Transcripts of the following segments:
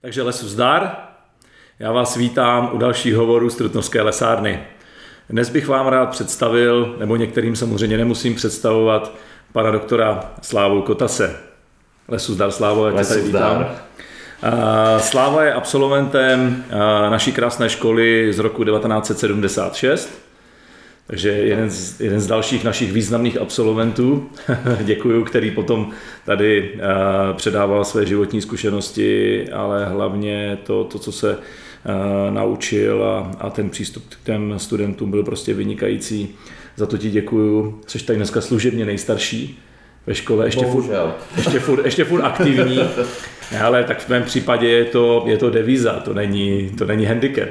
Takže lesu zdar, já vás vítám u dalších hovorů z Trutnovské lesárny. Dnes bych vám rád představil, nebo některým samozřejmě nemusím představovat, pana doktora Slávu Kotase. Lesu zdar, Slávo, jak tě tady vítám. Sláva je absolventem naší krásné školy z roku 1976, takže jeden z dalších našich významných absolventů, děkuju, který potom tady předával své životní zkušenosti, ale hlavně to co se naučil a ten přístup k těm studentům byl prostě vynikající. Za to ti děkuju. Jsi tady dneska služebně nejstarší ve škole, ještě furt aktivní, ale tak v mém případě je to devíza, to není handicap.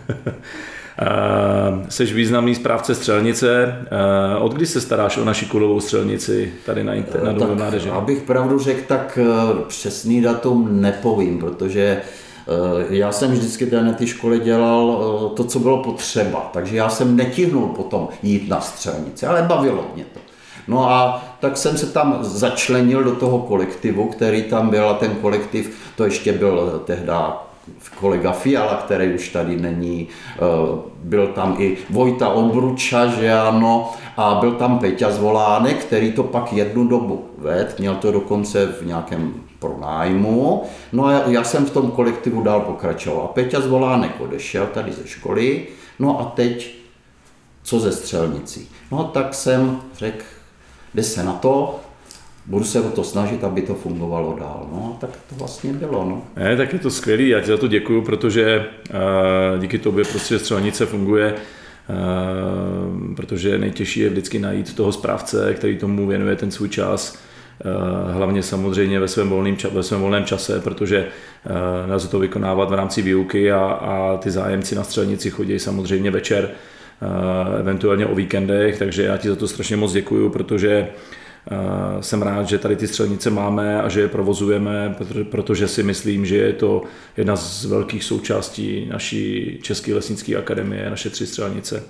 Seš významný správce střelnice. Od kdy se staráš o naši kulovou střelnici tady na Domu mládeže? Abych pravdu řekl, tak přesný datum nepovím, protože já jsem vždycky tady na té škole dělal to, co bylo potřeba, takže já jsem netihnul potom jít na střelnici, ale bavilo mě to. No a tak jsem se tam začlenil do toho kolektivu, který tam byl, a ten kolektiv, to ještě byl tehda kolega Fiala, který už tady není, byl tam i Vojta Obruča, že ano, a byl tam Peťa Zvolánek, který to pak jednu dobu vedl, měl to dokonce v nějakém pronájmu, no a já jsem v tom kolektivu dál pokračoval. Peťa Zvolánek odešel tady ze školy, no a teď co ze střelnicí? No tak jsem řekl, jde se na to, budu se o to snažit, aby to fungovalo dál. No, tak to vlastně bylo. No. Tak je to skvělý, já ti za to děkuju, protože díky tobě prostě střelnice funguje, protože nejtěžší je vždycky najít toho správce, který tomu věnuje ten svůj čas, hlavně samozřejmě ve svém volném čase, protože nelze to vykonávat v rámci výuky a ty zájemci na střelnici chodí samozřejmě večer, eventuálně o víkendech, takže já ti za to strašně moc děkuju, protože jsem rád, že tady ty střelnice máme a že je provozujeme, protože si myslím, že je to jedna z velkých součástí naší České lesnické akademie, naše 3 střelnice.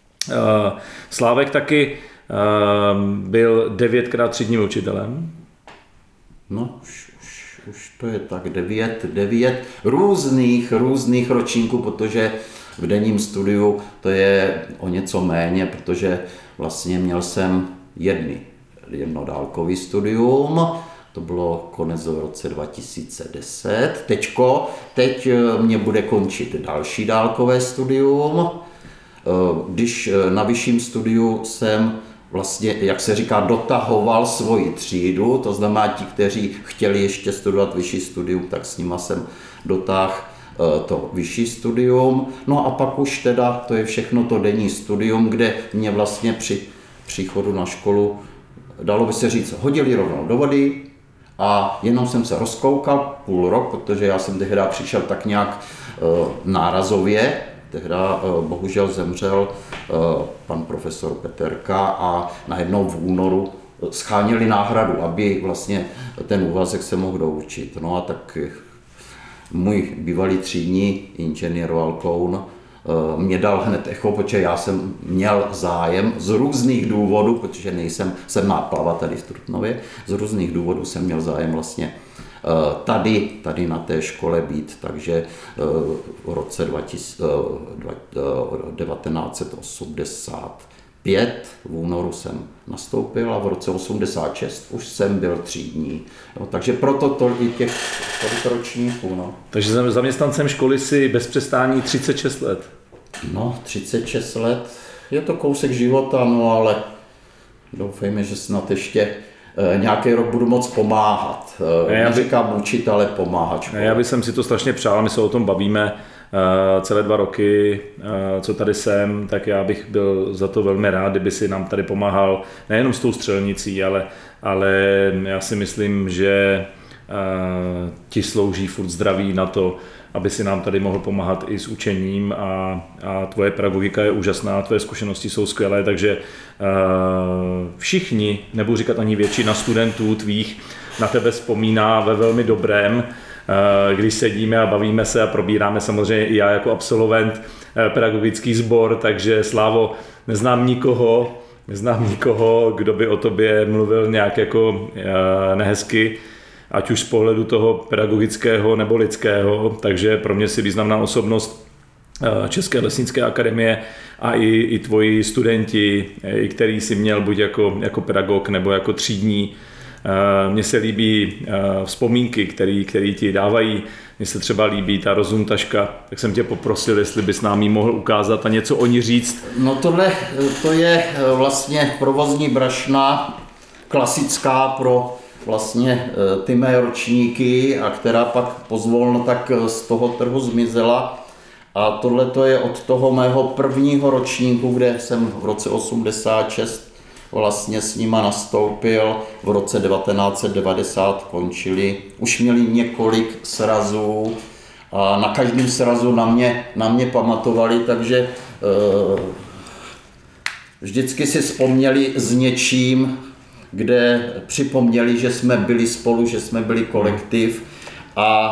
Slávek taky byl 9krát třídním učitelem. No, už to je tak 9 různých ročníků, protože v denním studiu to je o něco méně, protože vlastně měl jsem jedno dálkový studium, to bylo konec v roce 2010. Teď mě bude končit další dálkové studium. Když na vyšším studiu jsem vlastně, jak se říká, dotahoval svoji třídu, to znamená ti, kteří chtěli ještě studovat vyšší studium, tak s nima jsem dotáhl to vyšší studium. No a pak už teda, to je všechno to denní studium, kde mě vlastně při příchodu na školu, dalo by se říct, hodili rovnou do vody a jenom jsem se rozkoukal půl rok, protože já jsem tehdy přišel tak nějak nárazově, tehdy bohužel zemřel pan profesor Peterka a najednou v únoru schánili náhradu, aby vlastně ten úvazek se mohl doučit. No a tak můj bývalý třídní inženýr Valkoun mě dal hned echo, protože já jsem měl zájem z různých důvodů, protože jsem náplava tady v Trutnově, z různých důvodů jsem měl zájem vlastně tady na té škole být, takže v roce 1985 v únoru jsem nastoupil a v roce 86 už jsem byl třídní. Jo, takže proto tolik ročníků. No. Takže zaměstnancem školy si bez přestání 36 let. No, 36 let, je to kousek života, no ale doufejme, že snad ještě nějaký rok budu moc pomáhat. Neříkám učit, ale pomáhat škole. Já bych si to strašně přál, my se o tom bavíme celé 2 roky, co tady jsem, tak já bych byl za to velmi rád, kdyby si nám tady pomáhal nejenom s tou střelnicí, ale já si myslím, že ti slouží furt zdraví na to, aby si nám tady mohl pomáhat i s učením a tvoje pedagogika je úžasná, tvoje zkušenosti jsou skvělé, takže všichni, nebudu říkat ani většina studentů tvých, na tebe vzpomíná ve velmi dobrém, když sedíme a bavíme se a probíráme samozřejmě i já jako absolvent pedagogický sbor, takže Slávo, neznám nikoho, kdo by o tobě mluvil nějak jako nehezky. ať už z pohledu toho pedagogického nebo lidského, takže pro mě si významná osobnost České lesnické akademie a i tvoji studenti, i který si měl buď jako pedagog nebo jako třídní. Mně se líbí vzpomínky, které ti dávají. Mně se třeba líbí ta rozumtaška, tak jsem tě poprosil, jestli bys nám ji mohl ukázat a něco o ní říct. No tohle to je vlastně provozní brašna, klasická pro vlastně ty mé ročníky, a která pak pozvolna tak z toho trhu zmizela. A tohle to je od toho mého prvního ročníku, kde jsem v roce 86 vlastně s nima nastoupil, v roce 1990 končili. Už měli několik srazů a na každém srazu na mě pamatovali, takže vždycky si vzpomněli s něčím, kde připomněli, že jsme byli spolu, že jsme byli kolektiv, a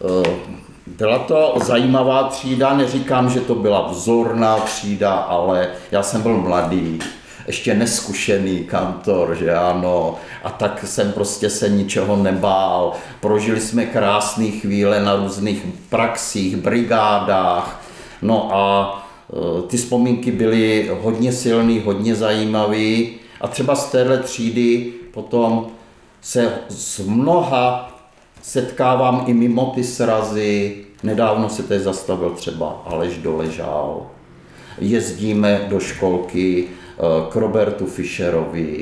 byla to zajímavá třída. Neříkám, že to byla vzorná třída, ale já jsem byl mladý, ještě neskušený kantor, že ano, a tak jsem prostě se ničeho nebál. Prožili jsme krásné chvíle na různých praxích, brigádách, no a ty vzpomínky byly hodně silný, hodně zajímavý, a třeba z téhle třídy potom se s mnoha setkávám i mimo ty srazy. Nedávno se tady zastavil třeba Aleš Doležal. Jezdíme do školky k Robertu Fischerovi.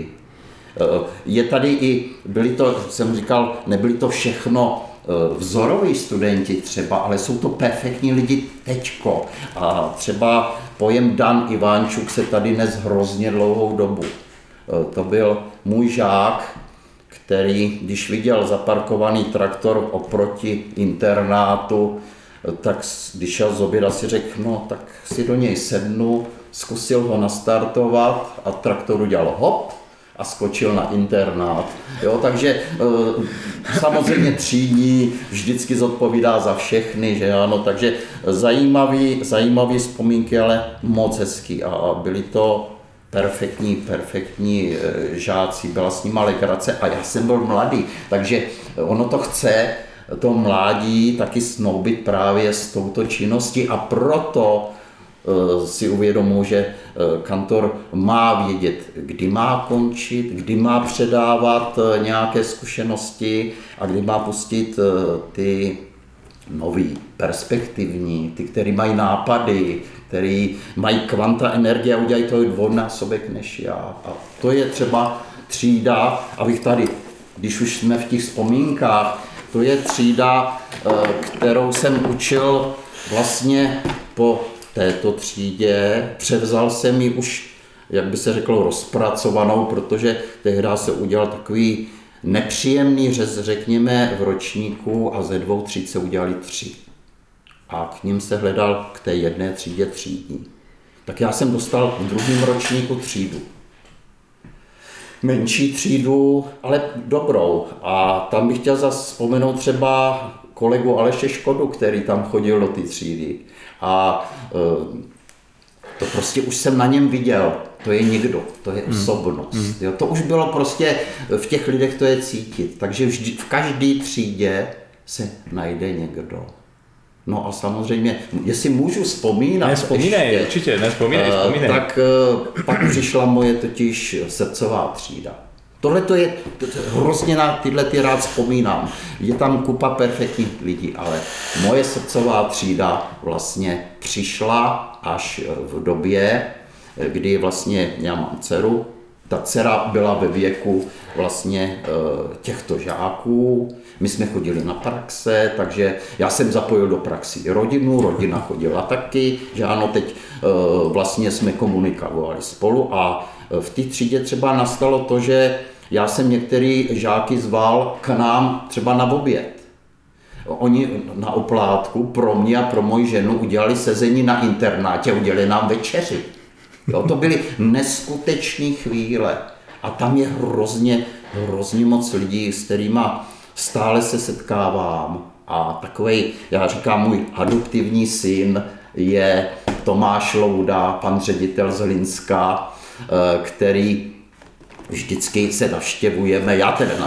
Je tady i, jsem říkal, nebyli to všechno vzoroví studenti třeba, ale jsou to perfektní lidi teďko. A třeba pojem Dan Ivančuk se tady nes hrozně dlouhou dobu. To byl můj žák, který, když viděl zaparkovaný traktor oproti internátu, tak když šel z oběda, si řekl, no tak si do něj sednu, zkusil ho nastartovat a traktor udělal hop a skočil na internát. Jo, takže samozřejmě třídní vždycky zodpovídá za všechny, že ano, takže zajímavý vzpomínky, ale moc hezký, a byli to perfektní žáci, byla s nima legrace a já jsem byl mladý, takže ono to chce, to mládí taky snoubit právě s touto činností, a proto si uvědomuji, že kantor má vědět, kdy má končit, kdy má předávat nějaké zkušenosti a kdy má pustit ty nový, perspektivní, ty, který mají nápady, který mají kvanta energie a udělají to dvojnásobek než já. A to je třeba třída, abych tady, když už jsme v těch vzpomínkách, to je třída, kterou jsem učil vlastně po této třídě. Převzal jsem ji už, jak by se řeklo, rozpracovanou, protože tehdy se udělal takový nepříjemný řez, řekněme, v ročníku, a ze 2 tříd se udělali 3. A k ním se hledal k té jedné třídě třídní. Tak já jsem dostal v 2. ročníku třídu. Menší třídu, ale dobrou. A tam bych chtěl zase vzpomenout třeba kolegu Aleše Škodu, který tam chodil do té třídy. A to prostě už jsem na něm viděl. To je někdo, to je osobnost. Jo, to už bylo prostě, v těch lidech to je cítit. Takže vždy, v každé třídě se najde někdo. No a samozřejmě, jestli můžu vzpomínat. Nevzpomínej, určitě, nevzpomínej. Tak pak přišla moje totiž srdcová třída. Tohle to je, hrozně na tyhle rád vzpomínám. Je tam kupa perfektních lidí, ale moje srdcová třída vlastně přišla až v době, kdy vlastně já mám dceru. Ta dcera byla ve věku vlastně těchto žáků. My jsme chodili na praxe, takže já jsem zapojil do praxi rodinu, rodina chodila taky, že ano, teď vlastně jsme komunikovali spolu, a v té třídě třeba nastalo to, že já jsem některý žáky zval k nám třeba na oběd. Oni na oplátku pro mě a pro moji ženu udělali sezení na internátě, udělali nám večeři. Jo, to byly neskutečné chvíle a tam je hrozně moc lidí, s kterými stále se setkávám. A takovej, já říkám, můj adoptivní syn je Tomáš Louda, pan ředitel z Hlinska, který vždycky se navštěvujeme,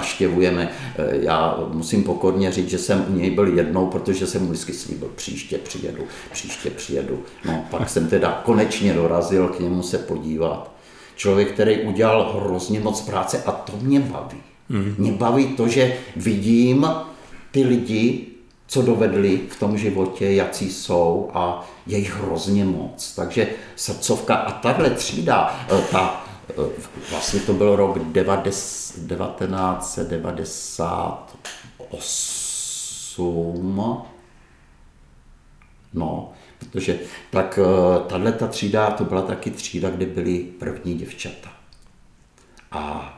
já musím pokorně říct, že jsem u něj byl jednou, protože jsem mu vždycky slíbil, příště přijedu. No, pak jsem teda konečně dorazil k němu se podívat. Člověk, který udělal hrozně moc práce a to mě baví. Mě baví to, že vidím ty lidi, co dovedli v tom životě, jací jsou a je jich hrozně moc. Takže srdcovka a tahle třída, vlastně to byl rok 1998, no, protože tak tato třída, to byla taky třída, kde byly první děvčata. A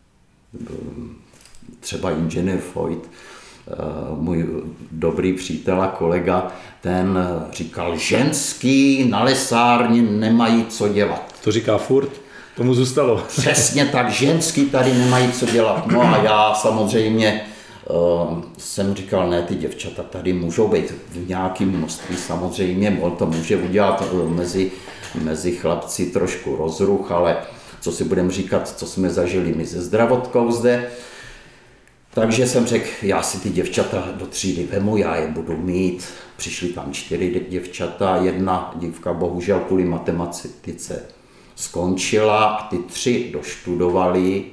třeba inženýr Foyt, můj dobrý přítel a kolega, ten říkal, ženský na lesárně nemají co dělat. To říká furt, tomu zůstalo. Přesně tak, ženský tady nemají co dělat. No a já samozřejmě jsem říkal, ne, ty děvčata tady můžou být v nějakém množství, samozřejmě, on to může udělat mezi chlapci trošku rozruch, ale co si budeme říkat, co jsme zažili my se zdravotkou zde. Takže jsem řekl, já si ty děvčata do třídy vemu, já je budu mít. Přišly tam 4 děvčata, 1 dívka bohužel kvůli matematice skončila a ty 3 doštudovali.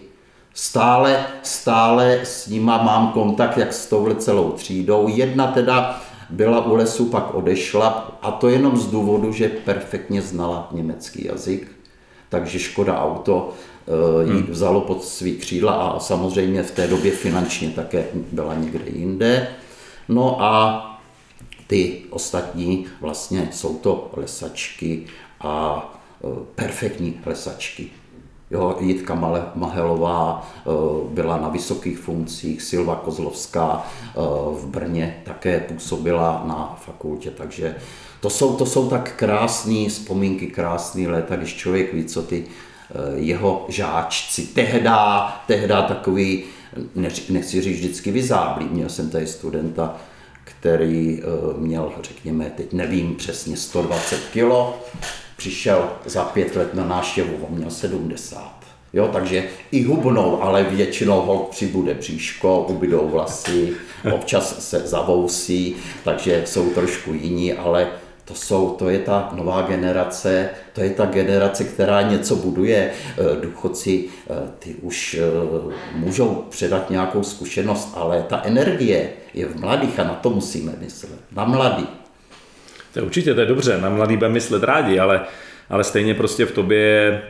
Stále s nima mám kontakt, jak s touhle celou třídou. 1 teda byla u lesu, pak odešla a to jenom z důvodu, že perfektně znala německý jazyk. Takže Škoda Auto jí vzalo pod svý křídla a samozřejmě v té době finančně také byla někde jinde. No a ty ostatní vlastně jsou to lesačky a perfektní lesačky. Jo, Jitka Mahelová byla na vysokých funkcích, Silva Kozlovská v Brně také působila na fakultě, takže to jsou tak krásné vzpomínky, krásné léta, když člověk ví, co ty jeho žáčci tehda takový, nechci říct vždycky vyzáblý. Měl jsem tady studenta, který měl, řekněme, teď nevím přesně, 120 kilo, přišel za 5 let na návštěvu, on měl 70. Jo, takže i hubnou, ale většinou holt přibude bříško, ubydou vlasy, občas se zavousí, takže jsou trošku jiní, ale to je ta nová generace, to je ta generace, která něco buduje. Důchodci, ty už můžou předat nějakou zkušenost, ale ta energie je v mladých a na to musíme myslet, na mladý. To určitě, to je dobře, na mladý budeme myslet rádi, ale stejně prostě v tobě je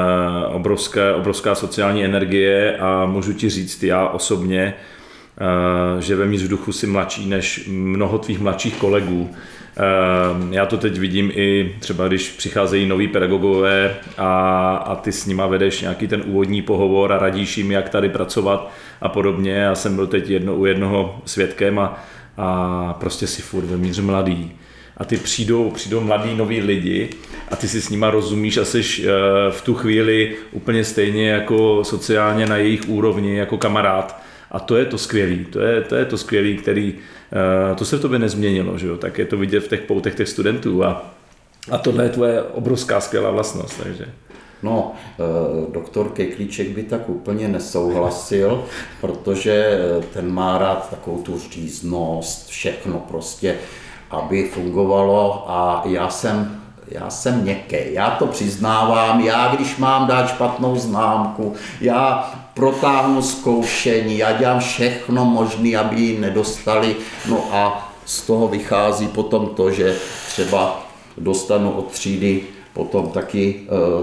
obrovská sociální energie a můžu ti říct já osobně, že ve mým vzduchu jsi mladší než mnoho tvých mladších kolegů. Já to teď vidím i třeba, když přicházejí noví pedagogové a ty s nima vedeš nějaký ten úvodní pohovor a radíš jim, jak tady pracovat a podobně. Já jsem byl teď u jednoho svědkem a prostě si furt vevnitř mladý. A ty přijdou mladí noví lidi a ty si s nima rozumíš a jsi v tu chvíli úplně stejně jako sociálně na jejich úrovni jako kamarád. A to je to skvělý, to je to skvělý, který, to se v tobě nezměnilo, že jo? Tak je to vidět v těch poutech těch studentů a tohle je tvoje obrovská skvělá vlastnost, takže. No, doktor Kejklíček by tak úplně nesouhlasil, protože ten má rád takovou tu říznost, všechno prostě, aby fungovalo a já jsem měkký, já to přiznávám, já když mám dát špatnou známku, já protáhnu zkoušení, já dělám všechno možné, aby ji nedostali, no a z toho vychází potom to, že třeba dostanu od třídy potom taky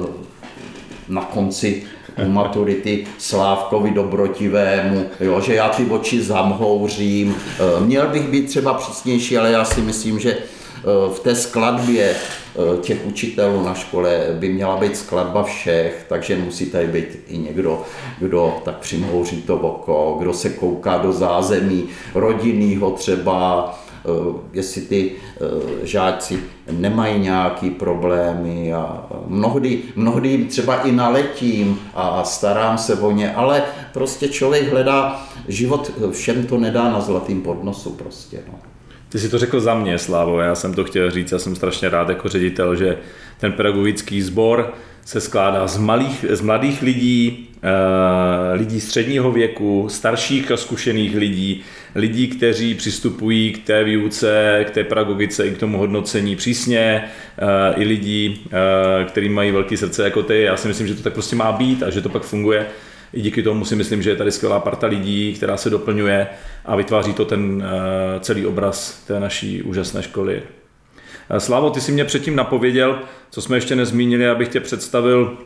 na konci u maturity Slávkovi Dobrotivému, jo, že já ty oči zamhouřím. Měl bych být třeba přísnější, ale já si myslím, že v té skladbě těch učitelů na škole by měla být skladba všech, takže musí tady být i někdo, kdo tak přimhouří to oko, kdo se kouká do zázemí rodinnýho třeba, jestli ty žáci nemají nějaký problémy a mnohdy jim třeba i naletím a starám se o ně, ale prostě člověk hledá život, všem to nedá na zlatým podnosu prostě, no. Ty si to řekl za mě, Slávo, já jsem to chtěl říct, já jsem strašně rád jako ředitel, že ten pedagogický sbor se skládá z mladých lidí, lidí středního věku, starších a zkušených lidí, kteří přistupují k té výuce, k té pedagogice i k tomu hodnocení přísně, i lidí, kteří mají velké srdce jako ty. Já si myslím, že to tak prostě má být a že to pak funguje. I díky tomu si myslím, že je tady skvělá parta lidí, která se doplňuje a vytváří to ten celý obraz té naší úžasné školy. Slavo, ty jsi mě předtím napověděl, co jsme ještě nezmínili, abych tě představil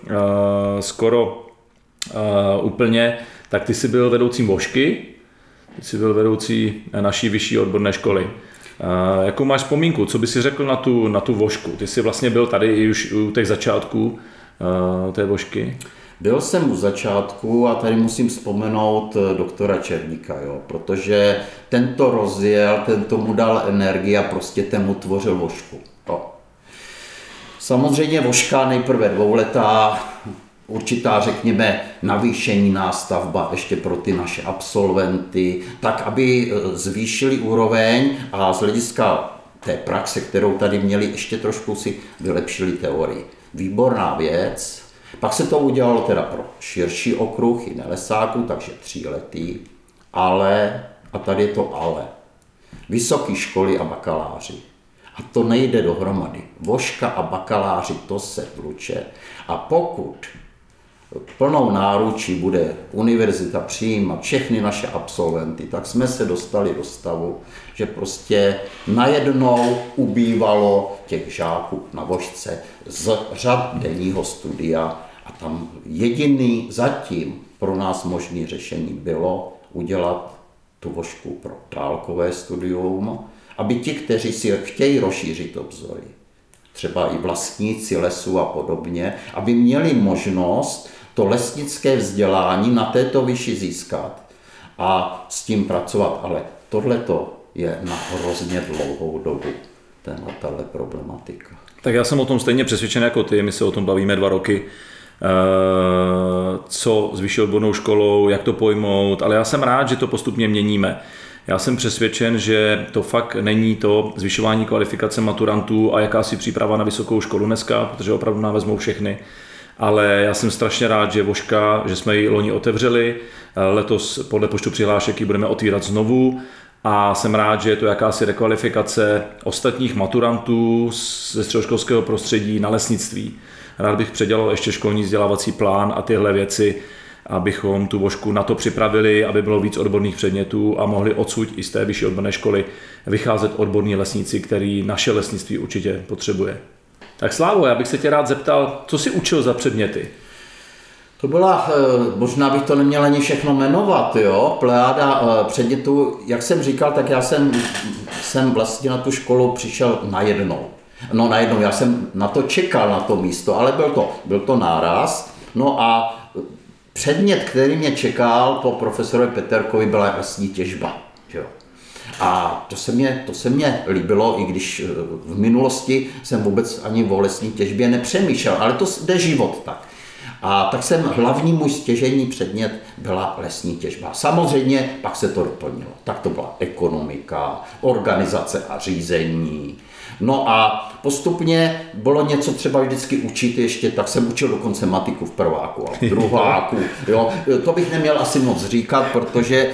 skoro úplně, tak ty jsi byl vedoucím Vošky, ty jsi byl vedoucí naší vyšší odborné školy. Jakou máš vzpomínku, co by si řekl na tu Vošku? Ty jsi vlastně byl tady i už u těch začátků té Vošky. Byl jsem u začátku a tady musím vzpomenout doktora Černíka, jo, protože tento rozjel, tento mu dal energii a prostě ten mu tvořil Vošku. Jo. Samozřejmě Voška nejprve dvouletá, určitá, řekněme, navýšení nástavba ještě pro ty naše absolventy, tak, aby zvýšili úroveň a z hlediska té praxe, kterou tady měli, ještě trošku si vylepšili teorii. Výborná věc. Pak se to udělalo teda pro širší okruh i nelesáků, takže 3letý, ale, a tady je to ale, vysoké školy a bakaláři. A to nejde dohromady. Voška a bakaláři, to se vluče. A pokud plnou náručí bude univerzita přijímat všechny naše absolventy, tak jsme se dostali do stavu, že prostě najednou ubývalo těch žáků na Vošce z řad denního studia a tam jediný zatím pro nás možné řešení bylo udělat tu Vošku pro dálkové studium, aby ti, kteří si chtějí rozšířit obzory, třeba i vlastníci lesů a podobně, aby měli možnost to lesnické vzdělání na této výši získat a s tím pracovat. Ale tohleto je na hrozně dlouhou dobu, tahle problematika. Tak já jsem o tom stejně přesvědčen jako ty, my se o tom bavíme 2 roky, co s vyšší odbornou školou, jak to pojmout, ale já jsem rád, že to postupně měníme. Já jsem přesvědčen, že to fakt není to zvyšování kvalifikace maturantů a jakási příprava na vysokou školu dneska, protože opravdu nám vezmou všechny. Ale já jsem strašně rád, že Voška, že jsme ji loni otevřeli, letos podle počtu přihlášek ji budeme otvírat znovu a jsem rád, že je to jakási rekvalifikace ostatních maturantů ze středoškolského prostředí na lesnictví. Rád bych předělal ještě školní vzdělávací plán a tyhle věci, abychom tu Vošku na to připravili, aby bylo víc odborných předmětů a mohli odsud i z té vyšší odborné školy vycházet odborní lesníci, který naše lesnictví určitě potřebuje. Tak Slávo, já bych se tě rád zeptal, co jsi učil za předměty? To byla, možná bych to neměl ani všechno jmenovat, jo, plejáda předmětů, jak jsem říkal, tak já jsem vlastně na tu školu přišel najednou. No najednou, já jsem na to čekal, na to místo, ale byl to náraz. No a předmět, který mě čekal po profesorovi Peterkovi, byla lesní těžba, jo. A to se mě líbilo, i když v minulosti jsem vůbec ani o lesní těžbě nepřemýšlel, ale to jde život tak. A tak hlavní můj stěžejní předmět byla lesní těžba. Samozřejmě pak se to doplnilo. Tak to byla ekonomika, organizace a řízení. No a postupně bylo něco třeba vždycky učit ještě, tak jsem učil dokonce matiku v prváku a v druháku. Jo. To bych neměl asi moc říkat, protože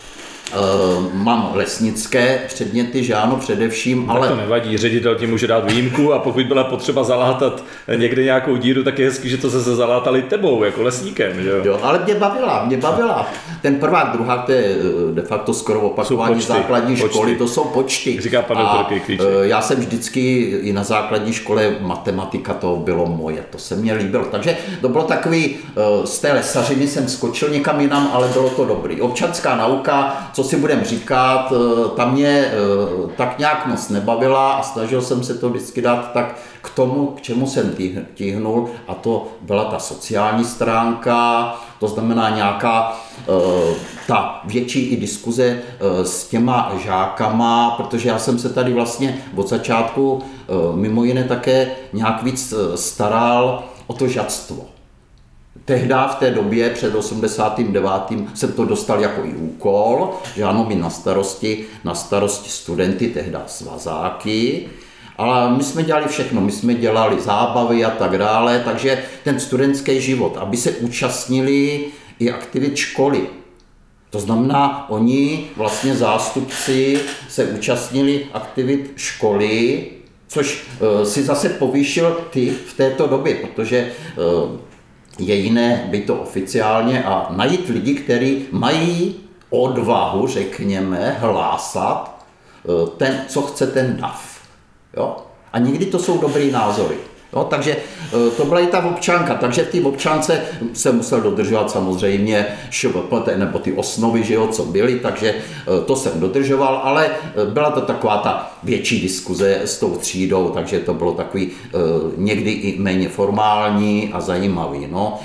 mám lesnické předměty, že ano, především, ale... Tak to nevadí, ředitel ti může dát výjimku a pokud byla potřeba zalátat někde nějakou díru, tak je hezký, že to zase zalátali tebou, jako lesníkem, že jo? Jo, ale mě bavila. Ten prvák, druhák, to je de facto skoro opakování základní školy, to jsou počty. Říká pan doktor Klíček. Já jsem vždycky i na základní škole, matematika to bylo moje, to se mně líbilo. Takže to bylo takový, z té lesařiny jsem skočil někam jinam, ale bylo to dobrý. Občanská nauka, co si budem říkat, ta mě tak nějak moc nebavila a snažil jsem se to vždycky dát tak k tomu, k čemu jsem tíhnul, a to byla ta sociální stránka, to znamená nějaká ta větší i diskuze s těma žákama, protože já jsem se tady vlastně od začátku mimo jiné také nějak víc staral o to žadstvo. Tehdy v té době před 89. jsem to dostal jako i úkol, že ano, mi na starosti studenty, tehdy svazáky, ale my jsme dělali všechno, my jsme dělali zábavy a tak dále, takže ten studentský život, aby se účastnili i aktivit školy. To znamená, oni vlastně zástupci se účastnili aktivit školy, což si zase povýšil ty v této době, protože je jiné být to oficiálně a najít lidi, kteří mají odvahu, řekněme, hlásat co chce ten DAF. Jo? A někdy to jsou dobrý názory. Jo? Takže to byla i ta občanka, takže v té občance se musel dodržovat samozřejmě nebo ty osnovy, že jo, co byly, takže to jsem dodržoval, ale byla to taková ta větší diskuze s tou třídou, takže to bylo takový někdy i méně formální a zajímavý. No.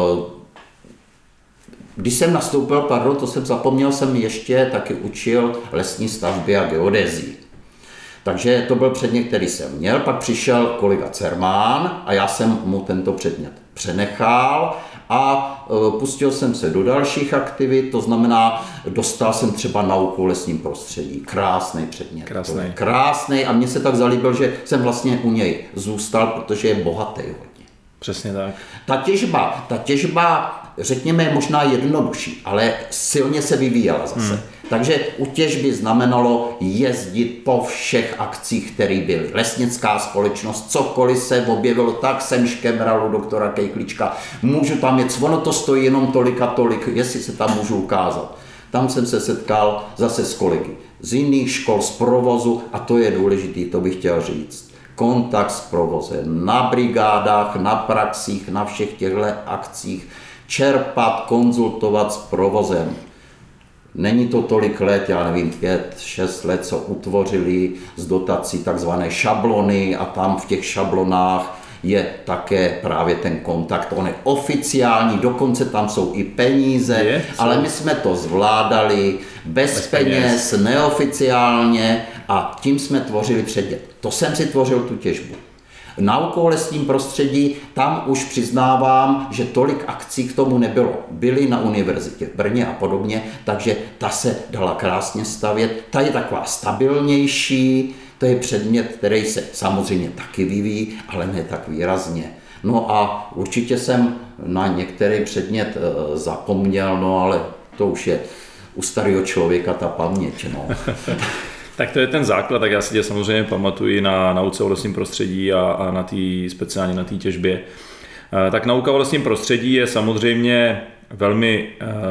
Když jsem nastoupil, to jsem zapomněl, jsem ještě taky učil lesní stavby a geodezii. Takže to byl předmět, který jsem měl, pak přišel kolega Cermán a já jsem mu tento předmět přenechal a pustil jsem se do dalších aktivit, to znamená, dostal jsem třeba nauku o lesním prostředí. Krásný předmět. Krásný a mně se tak zalíbil, že jsem vlastně u něj zůstal, protože je bohatý hodně. Přesně tak. Ta těžba, řekněme, je možná jednodušší, ale silně se vyvíjela zase. Takže u těžby znamenalo jezdit po všech akcích, které byly. Lesnická společnost, cokoliv se objevilo, tak jsem škemral u doktora Kejklička. Můžu tam jet, ono to stojí jenom tolik a tolik, jestli se tam můžu ukázat. Tam jsem se setkal zase s kolegy z jiných škol, z provozu a to je důležité, to bych chtěl říct. Kontakt s provozem, na brigádách, na praxích, na všech těchto akcích, čerpat, konzultovat s provozem. Není to tolik let, já nevím, 5-6 let, co utvořili z dotací takzvané šablony a tam v těch šablonách je také právě ten kontakt. On je oficiální, dokonce tam jsou i peníze, ale my jsme to zvládali bez peněz, neoficiálně a tím jsme tvořili předmět. To jsem si tvořil tu těžbu. Naukou o lesním prostředí, tam už přiznávám, že tolik akcí k tomu nebylo. Byly na univerzitě v Brně a podobně, takže ta se dala krásně stavět. Ta je taková stabilnější, to je předmět, který se samozřejmě taky vyvíjí, ale ne tak výrazně. No a určitě jsem na některý předmět zapomněl, no ale to už je u starého člověka ta paměť. No. Tak to je ten základ, tak já si tě samozřejmě pamatuji na nauce o lesním prostředí a speciálně na té těžbě. Tak nauka o lesním prostředí je samozřejmě velmi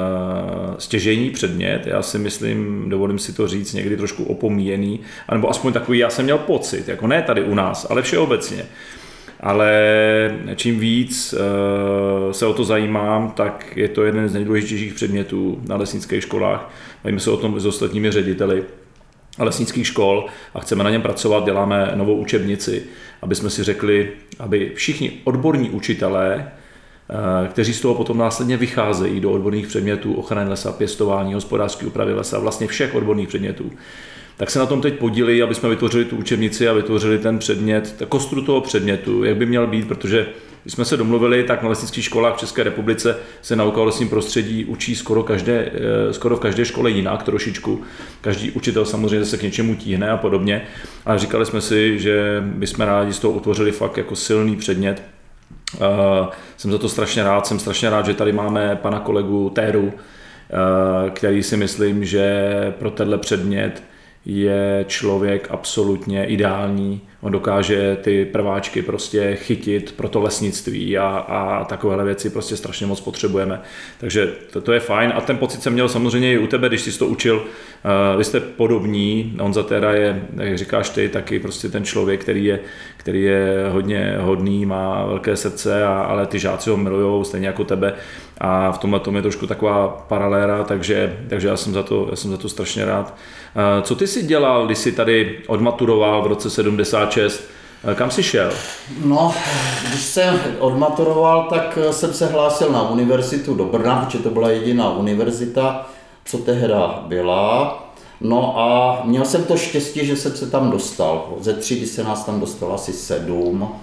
stěžejní předmět, já si myslím, dovolím si to říct, někdy trošku opomíjený, anebo aspoň takový, já jsem měl pocit, jako ne tady u nás, ale všeobecně. Ale čím víc se o to zajímám, tak je to jeden z nejdůležitějších předmětů na lesnických školách. Bavíme se o tom s ostatními řediteli lesnických škol a chceme na něm pracovat, děláme novou učebnici, aby jsme si řekli, aby všichni odborní učitelé, kteří z toho potom následně vycházejí do odborných předmětů ochrany lesa, pěstování, hospodářské úpravy lesa, vlastně všech odborných předmětů, tak se na tom teď podílí, aby jsme vytvořili tu učebnici a vytvořili ten předmět, kostru toho předmětu, jak by měl být, protože když jsme se domluvili, tak na lesnických školách v České republice se nauka o lesním prostředí učí skoro v každé škole jinak trošičku. Každý učitel samozřejmě se k něčemu tíhne a podobně, ale říkali jsme si, že bychom rádi z toho utvořili fakt jako silný předmět. Jsem za to strašně rád, jsem strašně rád, že tady máme pana kolegu Téru, který si myslím, že pro tenhle předmět je člověk absolutně ideální. On dokáže ty prváčky prostě chytit pro to lesnictví a takovéhle věci prostě strašně moc potřebujeme. Takže to je fajn a ten pocit jsem měl samozřejmě i u tebe, když jsi to učil. Vy jste podobní, Honza Téra je, jak říkáš ty, taky prostě ten člověk, který je hodně hodný, má velké srdce, ale ty žáci ho milujou stejně jako tebe a v tomhle tom je trošku taková paraléra, takže já jsem za to strašně rád. Co ty jsi dělal, když jsi tady odmaturoval v roce 76? Kam jsi šel? No, když jsem odmaturoval, tak jsem se hlásil na univerzitu do Brna, protože to byla jediná univerzita, co tehda byla. No a měl jsem to štěstí, že jsem se tam dostal. Ze třídy se nás tam dostalo asi 7.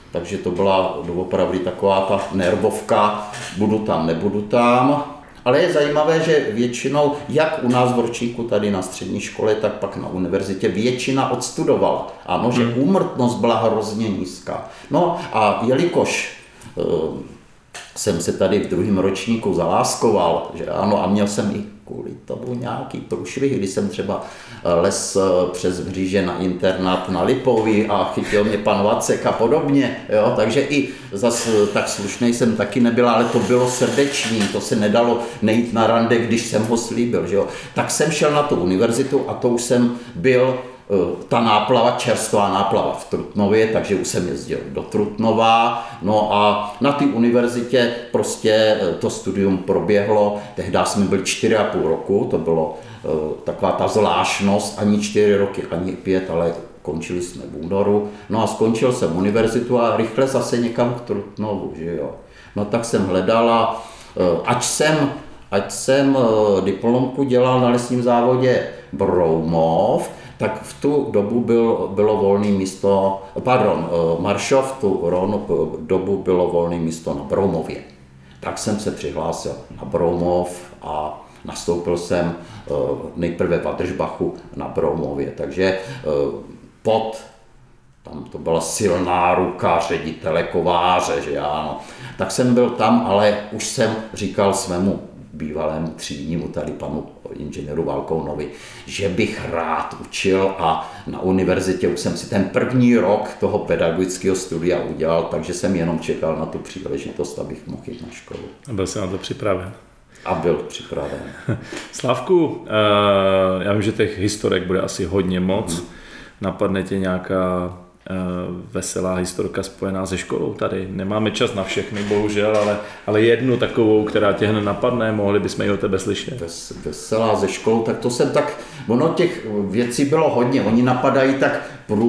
takže to byla doopravdy taková ta nervovka, budu tam, nebudu tam. Ale je zajímavé, že většinou, jak u nás v ročníku tady na střední škole, tak pak na univerzitě, většina odstudovala. Ano, že úmrtnost byla hrozně nízká. No a jelikož jsem se tady v druhém ročníku zaláskoval, že ano, a měl jsem i kvůli tomu nějaký průšvih, když jsem třeba les přes Bříže na internát na Lipovi a chytil mě pan Vacek a podobně, jo, takže i zas tak slušnej jsem taky nebyl, ale to bylo srdeční, to se nedalo nejít na rande, když jsem ho slíbil, že jo. Tak jsem šel na tu univerzitu a to už jsem byl ta náplava, čerstvá náplava v Trutnově, takže už jsem jezdil do Trutnova, no a na té univerzitě prostě to studium proběhlo, tehdy jsme byli 4,5 roku, to bylo taková ta zvláštnost, ani 4 roky, ani 5, ale končili jsme v únoru, no a skončil jsem univerzitu a rychle zase někam k Trutnovu, že jo. No tak jsem hledal a ať jsem diplomku dělal na lesním závodě Broumov, tak v tu dobu bylo volné místo, Maršov, v tu dobu bylo volné místo na Broumově. Tak jsem se přihlásil na Broumov a nastoupil jsem nejprve v Adržbachu na Broumově. Takže tam to byla silná ruka ředitele kováře, že ano. Tak jsem byl tam, ale už jsem říkal svému bývalému třídnímu tady panu inženýru Valkounovi, že bych rád učil a na univerzitě už jsem si ten první rok toho pedagogického studia udělal, takže jsem jenom čekal na tu příležitost, abych mohl jít na školu. A byl jsi na to připraven? A byl připraven. Slávku, já vím, že těch historek bude asi hodně moc. Napadne tě nějaká veselá historka spojená se školou tady? Nemáme čas na všechny, bohužel, ale jednu takovou, která tě hned napadne, mohli bychom ji o tebe slyšet. Veselá ze školou, tak to jsem tak, ono těch věcí bylo hodně, oni napadají tak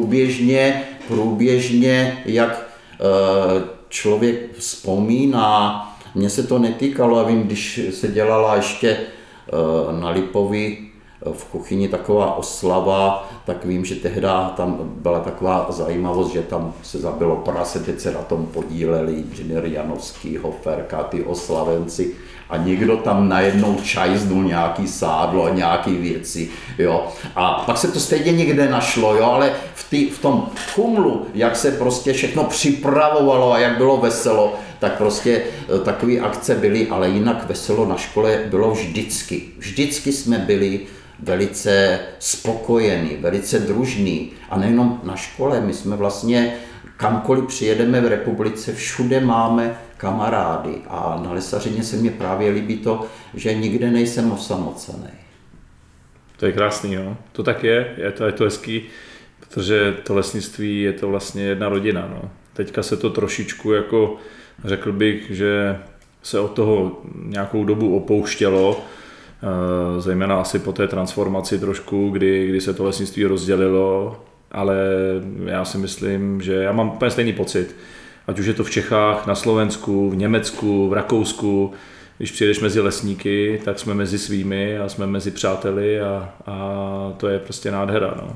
průběžně, jak člověk vzpomíná. Mně se to netýkalo, a vím, když se dělala ještě na Lipovi v kuchyni taková oslava, tak vím, že tehdy tam byla taková zajímavost, že tam se zabilo prase, teď se na tom podíleli inženýr Janovský, Hoferka, ty oslavenci a někdo tam najednou čajznul nějaký sádlo a nějaký věci, jo. A pak se to stejně někde našlo, jo, ale v tom chumlu, jak se prostě všechno připravovalo a jak bylo veselo, tak prostě takové akce byly, ale jinak veselo na škole bylo vždycky. Vždycky jsme byli velice spokojení, velice družní. A nejenom na škole, my jsme vlastně kamkoliv přijedeme v republice, všude máme kamarády. A na Lesařině se mně právě líbí to, že nikde nejsem osamocený. To je krásný, jo. To tak je to hezký, protože to lesnictví je to vlastně jedna rodina, no. Teďka se to trošičku jako, řekl bych, že se od toho nějakou dobu opouštělo, zejména asi po té transformaci trošku, kdy se to lesnictví rozdělilo, ale já si myslím, že já mám úplně stejný pocit, ať už je to v Čechách, na Slovensku, v Německu, v Rakousku, když přijedeš mezi lesníky, tak jsme mezi svými a jsme mezi přáteli a to je prostě nádhera. No.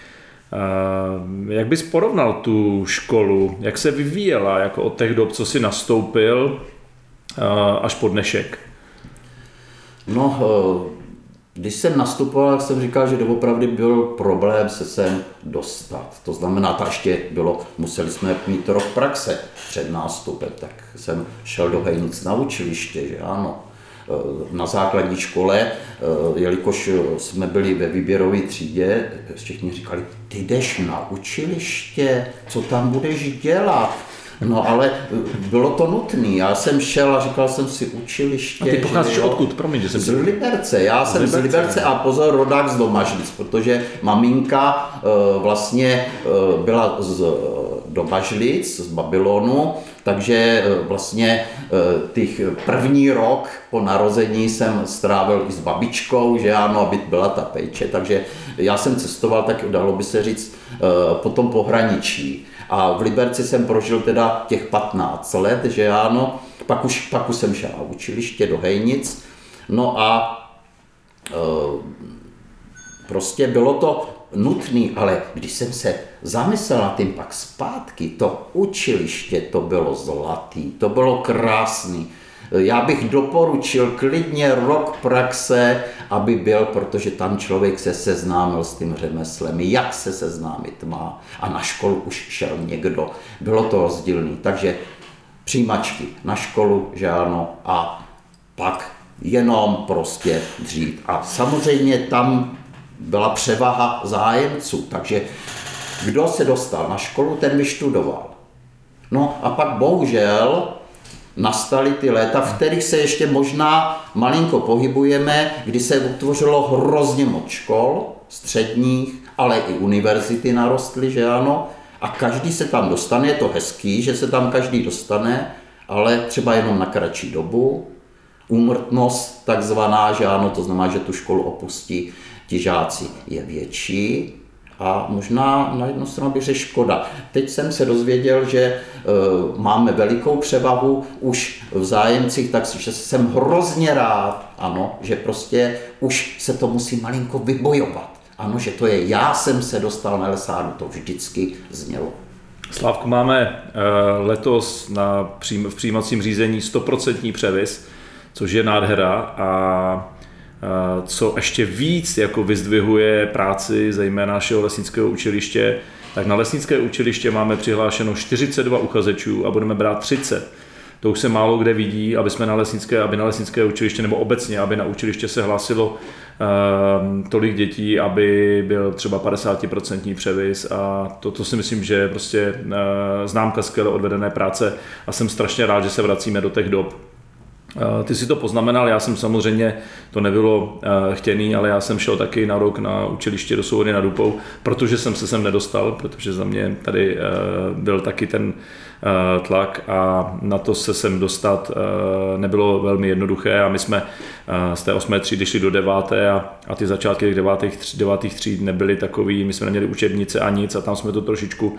Jak bys porovnal tu školu, jak se vyvíjela jako od těch dob, co jsi nastoupil, až po dnešek? No, když jsem nastupoval, tak jsem říkal, že doopravdy byl problém se sem dostat. To znamená, to ještě bylo, museli jsme mít rok praxe před nástupem, tak jsem šel do Hejnic na učiliště, že ano. Na základní škole, jelikož jsme byli ve výběrové třídě, všichni říkali, ty jdeš na učiliště, co tam budeš dělat? No ale bylo to nutné. Já jsem šel a říkal jsem si učiliště. A ty pocházíš odkud? Promiň, že jsem z Liberce. Já jsem z Liberce a pozor, rodák z Domažlic, protože maminka vlastně byla z Domažlic, z Babylonu, takže vlastně těch první rok po narození jsem strávil i s babičkou, že ano, aby byla ta péče, takže já jsem cestoval, tak dalo by se říct, po tom pohraničí. A v Liberci jsem prožil teda těch 15 let, že ano, pak už jsem šel na učiliště do Hejnic, no a prostě bylo to nutný, ale když jsem se zamyslel nad tím pak zpátky, to učiliště, to bylo zlatý, to bylo krásný. Já bych doporučil klidně rok praxe, aby byl, protože tam člověk se seznámil s tím řemeslem, jak se seznámit má. A na školu už šel někdo. Bylo to rozdílný. Takže přijímačky na školu, že ano, a pak jenom prostě dřít. A samozřejmě tam byla převaha zájemců, takže kdo se dostal na školu, ten vyštudoval. No a pak bohužel nastaly ty léta, v kterých se ještě možná malinko pohybujeme, kdy se utvořilo hrozně moc škol, středních, ale i univerzity narostly, že ano, a každý se tam dostane, je to hezký, že se tam každý dostane, ale třeba jenom na kratší dobu. Úmrtnost takzvaná, že ano, to znamená, že tu školu opustí ti žáci, je větší. A možná na jednu stranu bych řekl škoda. Teď jsem se dozvěděl, že máme velikou převahu už v zájemcích, takže jsem hrozně rád, ano, že prostě už se to musí malinko vybojovat. Ano, že to je já jsem se dostal na lesárnu, to vždycky znělo. Slávku, máme letos v přijímacím řízení 100% převis, což je nádhera a co ještě víc jako vyzdvihuje práci zejména našeho lesnického učiliště, tak na lesnické učiliště máme přihlášeno 42 uchazečů a budeme brát 30. To už se málo kde vidí, aby na lesnické učiliště nebo obecně, aby na učiliště se hlásilo tolik dětí, aby byl třeba 50% převis a to si myslím, že je prostě známka skvěle odvedené práce a jsem strašně rád, že se vracíme do těch dob. Ty si to poznamenal, já jsem samozřejmě, to nebylo chtěný, ale já jsem šel taky na rok na učiliště do Svobody nad Úpou, protože jsem se sem nedostal, protože za mě tady byl taky ten tlak a na to se sem dostat nebylo velmi jednoduché a my jsme z té 8. třídy šli do 9. a ty začátky těch 9. tříd nebyly takový, my jsme neměli učebnice a nic a tam jsme to trošičku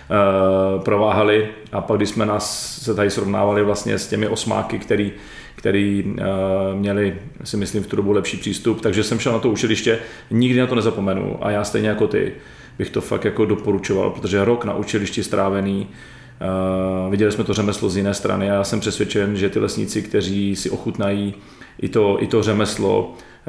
prováhali a pak když jsme se tady srovnávali vlastně s těmi osmáky, který měli, si myslím, v tu dobu lepší přístup, takže jsem šel na to učiliště, nikdy na to nezapomenu a já stejně jako ty bych to fakt jako doporučoval, protože rok na učilišti strávený, viděli jsme to řemeslo z jiné strany a já jsem přesvědčen, že ty lesníci, kteří si ochutnají i to řemeslo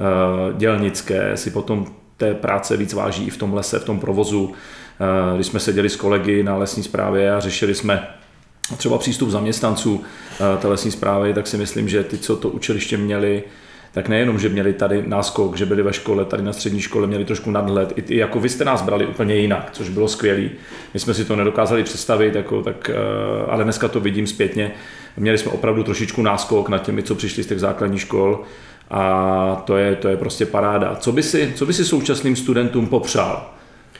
dělnické, si potom té práce víc váží i v tom lese, v tom provozu. Když jsme seděli s kolegy na lesní správě a řešili jsme třeba přístup zaměstnanců té lesní správy, tak si myslím, že ty, co to učiliště měli, tak nejenom, že měli tady náskok, že byli ve škole, tady na střední škole měli trošku nadhled, i jako vy jste nás brali úplně jinak, což bylo skvělý. My jsme si to nedokázali představit, ale dneska to vidím zpětně. Měli jsme opravdu trošičku náskok nad těmi, co přišli z těch základních škol a to je prostě paráda. Co by si současným studentům popřál?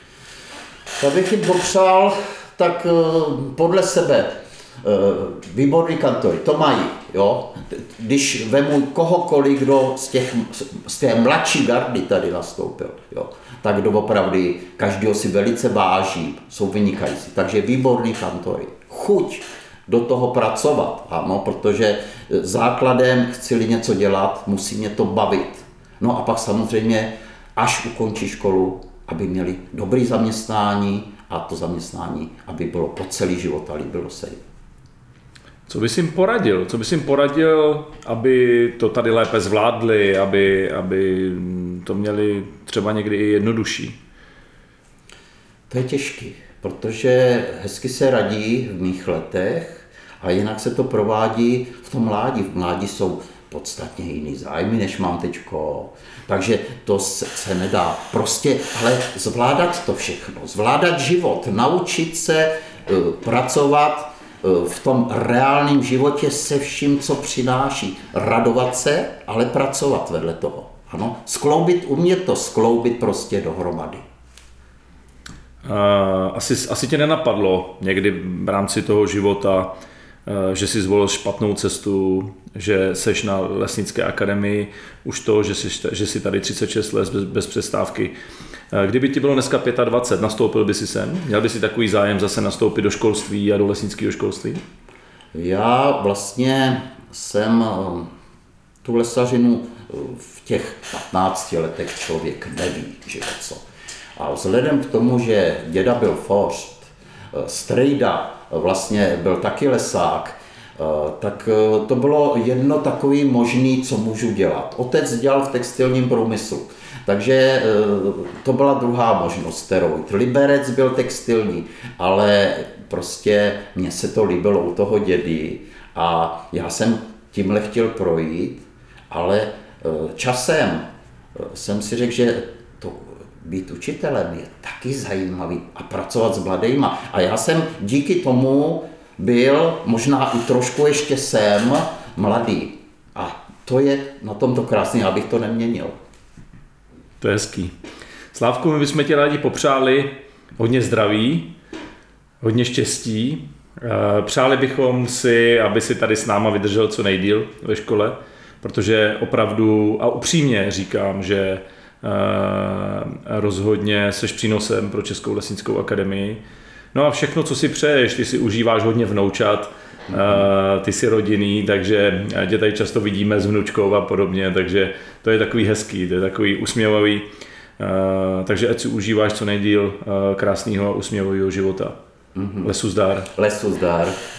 Co bych jim popřál, tak podle sebe výborný kantory, to mají, jo. Když vemu kohokoliv, kdo z té mladší gardy tady nastoupil, jo, tak doopravdy každého si velice váží, jsou vynikající, takže výborný kantory. Chuť do toho pracovat, ano, protože základem, chci-li něco dělat, musí mě to bavit. No a pak samozřejmě, až ukončí školu, aby měli dobré zaměstnání a to zaměstnání, aby bylo po celý život a líbilo se jim. Co bys jim poradil? Co bys jim poradil, aby to tady lépe zvládli, aby to měli třeba někdy i jednodušší? To je těžký, protože hezky se radí v mých letech a jinak se to provádí v tom mládí. V mládí jsou podstatně jiný zájmy, než mám teďko. Takže to se nedá prostě, ale zvládat to všechno, zvládat život, naučit se pracovat v tom reálném životě se vším, co přináší. Radovat se, ale pracovat vedle toho. Ano, umět to skloubit prostě dohromady. Asi tě nenapadlo někdy v rámci toho života, že jsi zvolil špatnou cestu, že seš na lesnické akademii, už to, že jsi tady 36 let bez přestávky. Kdyby ti bylo dneska 25, nastoupil by si sem? Měl by si takový zájem zase nastoupit do školství a do lesnického školství? Já vlastně jsem tu lesařinu v těch 15 letech člověk neví, že co. A vzhledem k tomu, že děda byl forst, strejda vlastně byl taky lesák, tak to bylo jedno takový možný, co můžu dělat. Otec dělal v textilním průmyslu, takže to byla druhá možnost, kterou. Liberec byl textilní, ale prostě mně se to líbilo u toho dědy a já jsem tímhle chtěl projít, ale časem jsem si řekl, že to být učitelem je taky zajímavý a pracovat s mladejma. A já jsem díky tomu byl, možná i trošku ještě jsem, mladý. A to je na tomto krásný, abych to neměnil. To je hezký. Slávku, my bychom ti rádi popřáli hodně zdraví, hodně štěstí. Přáli bychom si, aby si tady s náma vydržel co nejdýl ve škole, protože opravdu a upřímně říkám, že rozhodně seš přínosem pro Českou lesnickou akademii. No a všechno, co si přeješ, ty si užíváš hodně vnoučat, ty jsi rodinný, takže tě tady často vidíme s vnučkou a podobně, takže to je takový hezký, to je takový usměvavý, takže ať si užíváš co nejdýl krásného a usměvavého života. Lesu zdar. Lesu zdar.